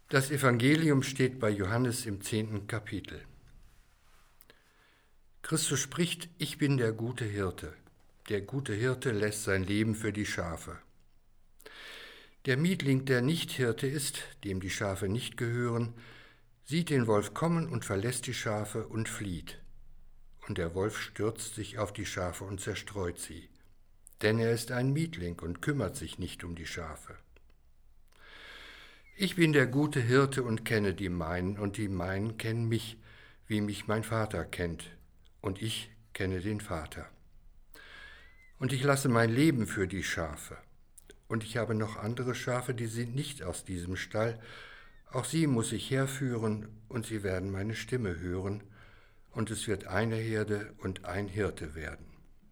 Das Evangelium steht bei Johannes im 10. Kapitel. Christus spricht: Ich bin der gute Hirte. Der gute Hirte lässt sein Leben für die Schafe. Der Mietling, der nicht Hirte ist, dem die Schafe nicht gehören, sieht den Wolf kommen und verlässt die Schafe und flieht. Und der Wolf stürzt sich auf die Schafe und zerstreut sie. Denn er ist ein Mietling und kümmert sich nicht um die Schafe. Ich bin der gute Hirte und kenne die Meinen, und die Meinen kennen mich, wie mich mein Vater kennt, und ich kenne den Vater. Und ich lasse mein Leben für die Schafe. Und ich habe noch andere Schafe, die sind nicht aus diesem Stall. Auch sie muss ich herführen, und sie werden meine Stimme hören, und es wird eine Herde und ein Hirte werden.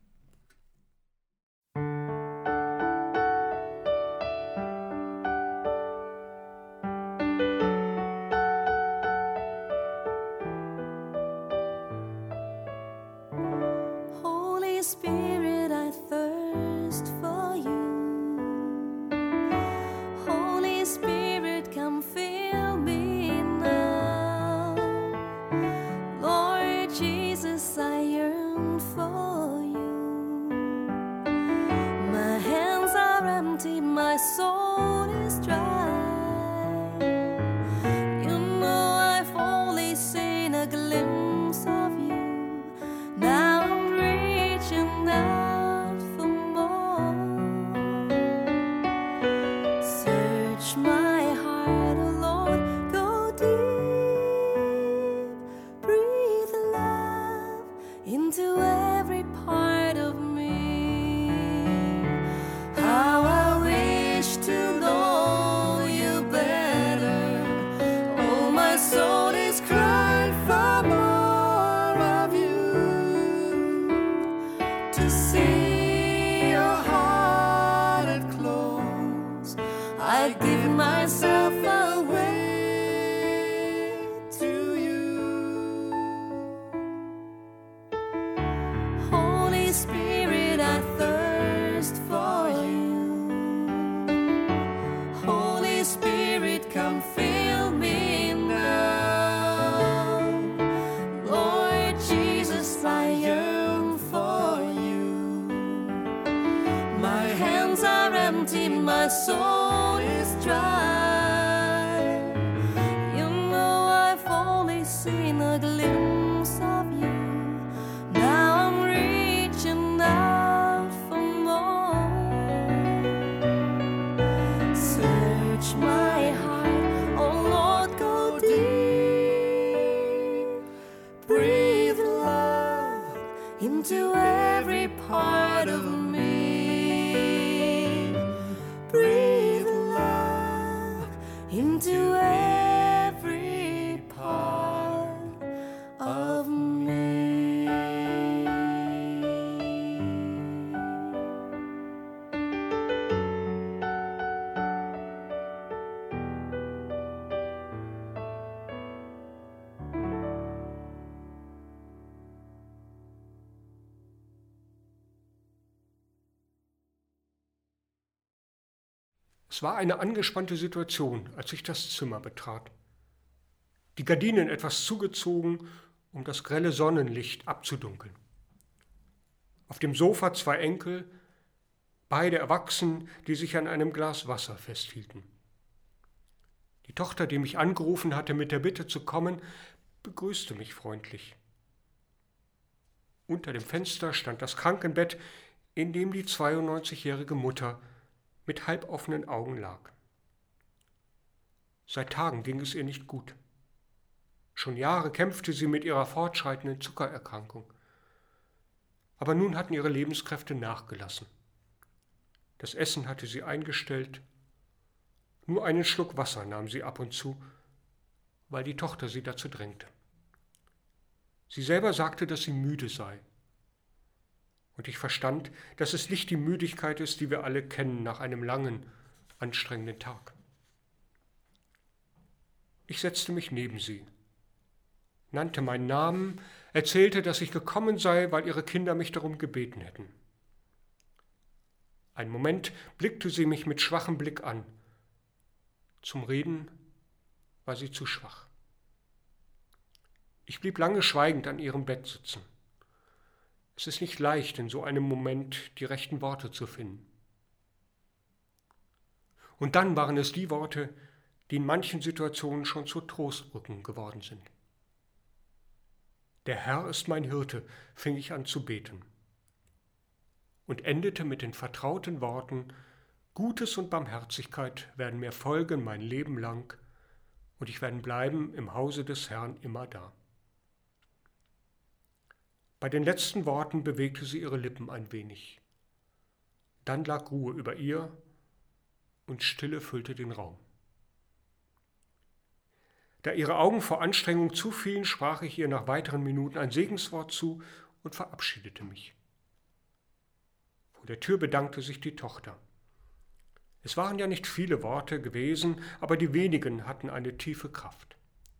Holy Spirit, I thirst for you. Holy Spirit, come fill me now. Lord Jesus, I yearn for you. My hands are empty, my soul is dry. You know I've only seen a glimpse of you. Now I'm reaching out for more. Search my heart, oh Lord, go deep. Breathe love into every part of me. How I wish to know you better. Oh, my soul is crying for more of you. To see your heart at close, I'd give myself away to you. Holy Spirit, I thirst for you. Holy Spirit, come fill me now. Lord Jesus, I yearn for you. My hands are empty, my soul is dry. You know I've only seen a glimpse of you. Now I'm reaching out for more. Search my heart, oh Lord, go deep. Breathe love into every part of me. Breathe love into every part of me. Es war eine angespannte Situation, als ich das Zimmer betrat. Die Gardinen etwas zugezogen, um das grelle Sonnenlicht abzudunkeln. Auf dem Sofa 2 Enkel, beide erwachsen, die sich an einem Glas Wasser festhielten. Die Tochter, die mich angerufen hatte mit der Bitte zu kommen, begrüßte mich freundlich. Unter dem Fenster stand das Krankenbett, in dem die 92-jährige Mutter mit halboffenen Augen lag. Seit Tagen ging es ihr nicht gut. Schon Jahre kämpfte sie mit ihrer fortschreitenden Zuckererkrankung. Aber nun hatten ihre Lebenskräfte nachgelassen. Das Essen hatte sie eingestellt. Nur einen Schluck Wasser nahm sie ab und zu, weil die Tochter sie dazu drängte. Sie selber sagte, dass sie müde sei. Und ich verstand, dass es nicht die Müdigkeit ist, die wir alle kennen nach einem langen, anstrengenden Tag. Ich setzte mich neben sie, nannte meinen Namen, erzählte, dass ich gekommen sei, weil ihre Kinder mich darum gebeten hätten. Einen Moment blickte sie mich mit schwachem Blick an. Zum Reden war sie zu schwach. Ich blieb lange schweigend an ihrem Bett sitzen. Es ist nicht leicht, in so einem Moment die rechten Worte zu finden. Und dann waren es die Worte, die in manchen Situationen schon zu Trostbrücken geworden sind. Der Herr ist mein Hirte, fing ich an zu beten und endete mit den vertrauten Worten: Gutes und Barmherzigkeit werden mir folgen mein Leben lang, und ich werde bleiben im Hause des Herrn immer da. Bei den letzten Worten bewegte sie ihre Lippen ein wenig. Dann lag Ruhe über ihr und Stille füllte den Raum. Da ihre Augen vor Anstrengung zufielen, sprach ich ihr nach weiteren Minuten ein Segenswort zu und verabschiedete mich. Vor der Tür bedankte sich die Tochter. Es waren ja nicht viele Worte gewesen, aber die wenigen hatten eine tiefe Kraft.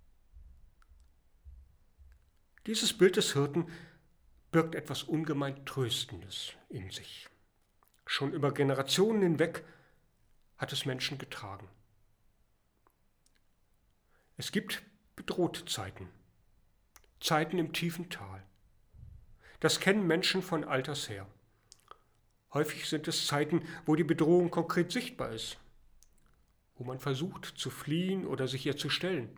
Dieses Bild des Hirten birgt etwas ungemein Tröstendes in sich. Schon über Generationen hinweg hat es Menschen getragen. Es gibt bedrohte Zeiten, Zeiten im tiefen Tal. Das kennen Menschen von alters her. Häufig sind es Zeiten, wo die Bedrohung konkret sichtbar ist, wo man versucht zu fliehen oder sich ihr zu stellen.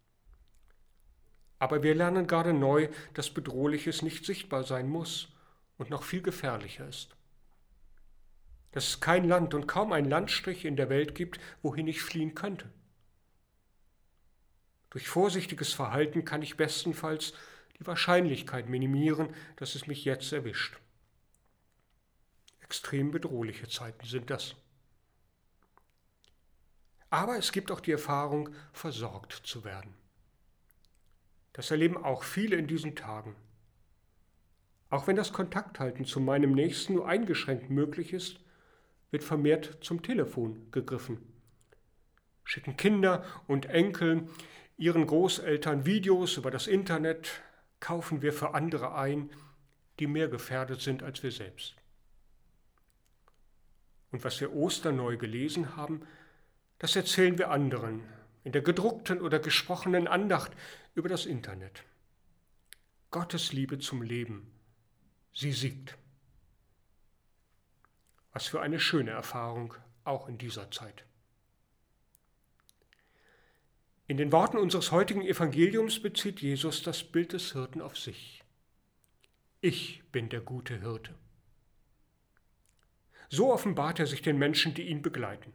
Aber wir lernen gerade neu, dass Bedrohliches nicht sichtbar sein muss und noch viel gefährlicher ist. Dass es kein Land und kaum einen Landstrich in der Welt gibt, wohin ich fliehen könnte. Durch vorsichtiges Verhalten kann ich bestenfalls die Wahrscheinlichkeit minimieren, dass es mich jetzt erwischt. Extrem bedrohliche Zeiten sind das. Aber es gibt auch die Erfahrung, versorgt zu werden. Das erleben auch viele in diesen Tagen. Auch wenn das Kontakthalten zu meinem Nächsten nur eingeschränkt möglich ist, wird vermehrt zum Telefon gegriffen. Schicken Kinder und Enkel ihren Großeltern Videos über das Internet, kaufen wir für andere ein, die mehr gefährdet sind als wir selbst. Und was wir Ostern neu gelesen haben, das erzählen wir anderen in der gedruckten oder gesprochenen Andacht über das Internet. Gottes Liebe zum Leben, sie siegt. Was für eine schöne Erfahrung, auch in dieser Zeit. In den Worten unseres heutigen Evangeliums bezieht Jesus das Bild des Hirten auf sich. Ich bin der gute Hirte. So offenbart er sich den Menschen, die ihn begleiten.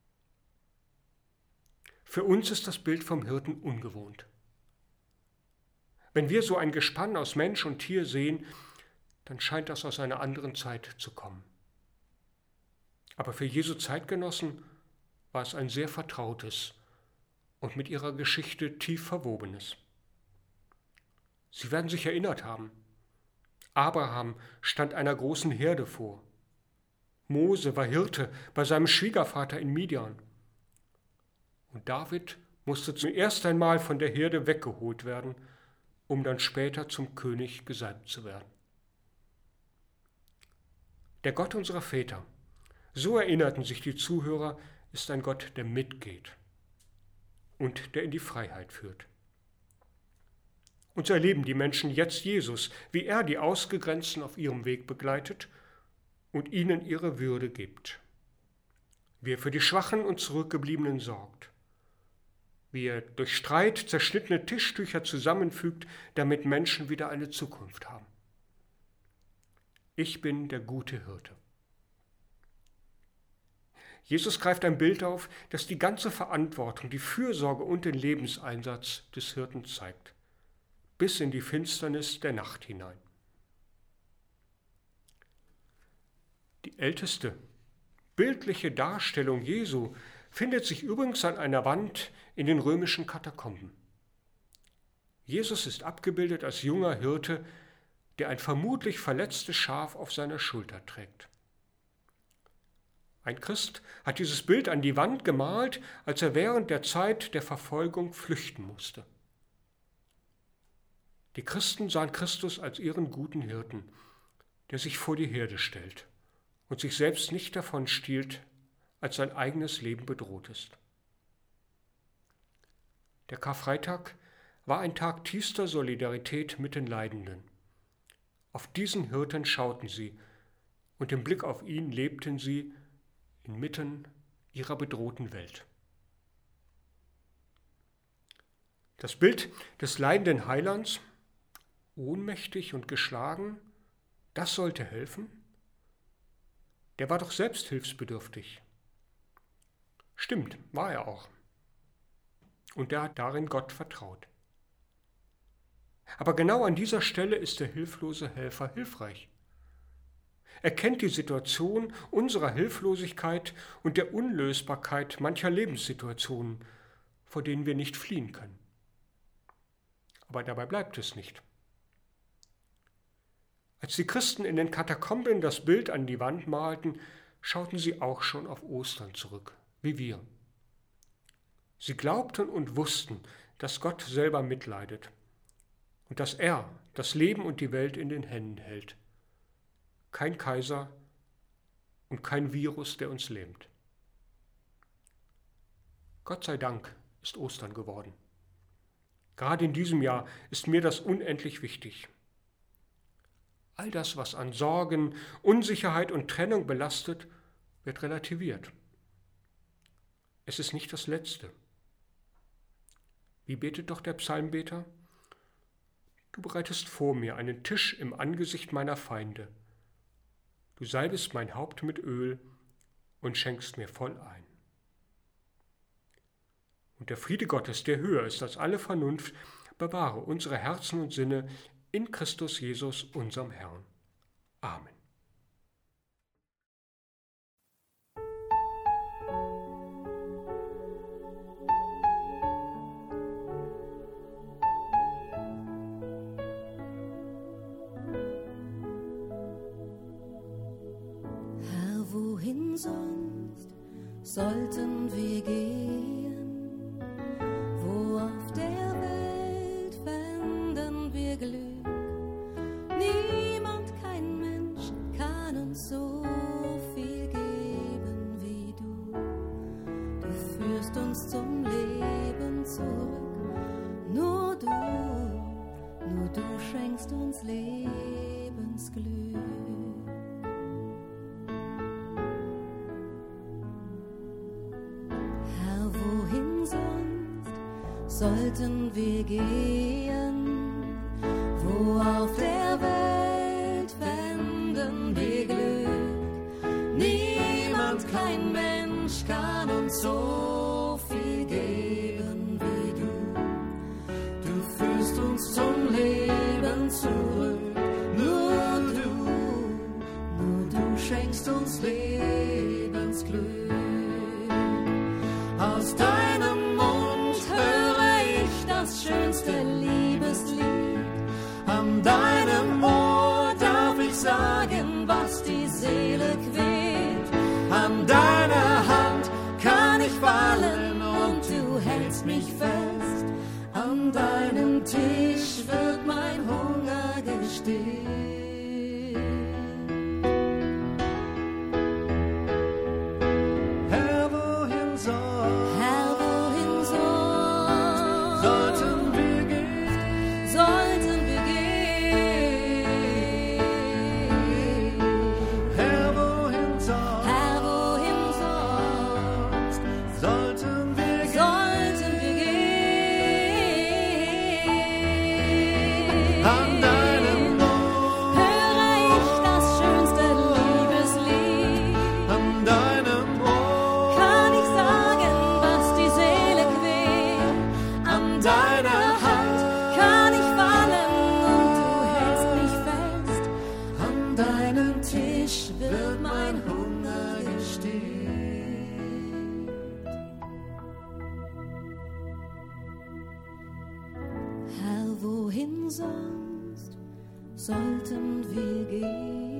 Für uns ist das Bild vom Hirten ungewohnt. Wenn wir so ein Gespann aus Mensch und Tier sehen, dann scheint das aus einer anderen Zeit zu kommen. Aber für Jesu Zeitgenossen war es ein sehr vertrautes und mit ihrer Geschichte tief verwobenes. Sie werden sich erinnert haben, Abraham stand einer großen Herde vor. Mose war Hirte bei seinem Schwiegervater in Midian. Und David musste zuerst einmal von der Herde weggeholt werden, um dann später zum König gesalbt zu werden. Der Gott unserer Väter, so erinnerten sich die Zuhörer, ist ein Gott, der mitgeht und der in die Freiheit führt. Und so erleben die Menschen jetzt Jesus, wie er die Ausgegrenzten auf ihrem Weg begleitet und ihnen ihre Würde gibt. Wie er für die Schwachen und Zurückgebliebenen sorgt. Wie er durch Streit zerschnittene Tischtücher zusammenfügt, damit Menschen wieder eine Zukunft haben. Ich bin der gute Hirte. Jesus greift ein Bild auf, das die ganze Verantwortung, die Fürsorge und den Lebenseinsatz des Hirten zeigt, bis in die Finsternis der Nacht hinein. Die älteste, bildliche Darstellung Jesu findet sich übrigens an einer Wand in den römischen Katakomben. Jesus ist abgebildet als junger Hirte, der ein vermutlich verletztes Schaf auf seiner Schulter trägt. Ein Christ hat dieses Bild an die Wand gemalt, als er während der Zeit der Verfolgung flüchten musste. Die Christen sahen Christus als ihren guten Hirten, der sich vor die Herde stellt und sich selbst nicht davon stiehlt, als sein eigenes Leben bedroht ist. Der Karfreitag war ein Tag tiefster Solidarität mit den Leidenden. Auf diesen Hirten schauten sie, und im Blick auf ihn lebten sie inmitten ihrer bedrohten Welt. Das Bild des leidenden Heilands, ohnmächtig und geschlagen, das sollte helfen? Der war doch selbst hilfsbedürftig. Stimmt, war er auch. Und er hat darin Gott vertraut. Aber genau an dieser Stelle ist der hilflose Helfer hilfreich. Er kennt die Situation unserer Hilflosigkeit und der Unlösbarkeit mancher Lebenssituationen, vor denen wir nicht fliehen können. Aber dabei bleibt es nicht. Als die Christen in den Katakomben das Bild an die Wand malten, schauten sie auch schon auf Ostern zurück, wie wir. Sie glaubten und wussten, dass Gott selber mitleidet und dass er das Leben und die Welt in den Händen hält. Kein Kaiser und kein Virus, der uns lähmt. Gott sei Dank ist Ostern geworden. Gerade in diesem Jahr ist mir das unendlich wichtig. All das, was an Sorgen, Unsicherheit und Trennung belastet, wird relativiert. Es ist nicht das Letzte. Wie betet doch der Psalmbeter? Du bereitest vor mir einen Tisch im Angesicht meiner Feinde. Du salbest mein Haupt mit Öl und schenkst mir voll ein. Und der Friede Gottes, der höher ist als alle Vernunft, bewahre unsere Herzen und Sinne in Christus Jesus, unserem Herrn. Amen. Herr, wohin sonst sollten wir gehen? Wo auf der Welt fänden wir Glück? Niemand, kein Mensch kann uns so viel geben wie du. Du führst uns zum Leben zurück. Nur du schenkst uns Lebensglück. Herr, wohin sonst sollten wir gehen? Wo auf der Welt fänden wir Glück? Niemand, kein Mensch kann uns so viel geben wie du. Du führst uns zum Leben zurück. Nur du schenkst uns Lebensglück. Aus deinem Mund höre ich das schönste Liebeslied. An deinem Ohr darf ich sagen, was die Seele quält. An deiner Hand kann ich fallen und du hältst mich fest. An deinem Tisch wird mein Hunger gestillt. Herr, wohin sollten wir gehen? Herr, wohin sonst sollten wir gehen? An deinem Ohr höre ich das schönste Liebeslied. an deinem Ohr Kann ich sagen, was die Seele quält? An deiner Hand kann ich fallen und du hältst mich fest. an deinem Tisch wird mein Hunger gestillt. Herr, wohin sonst sollten wir gehen?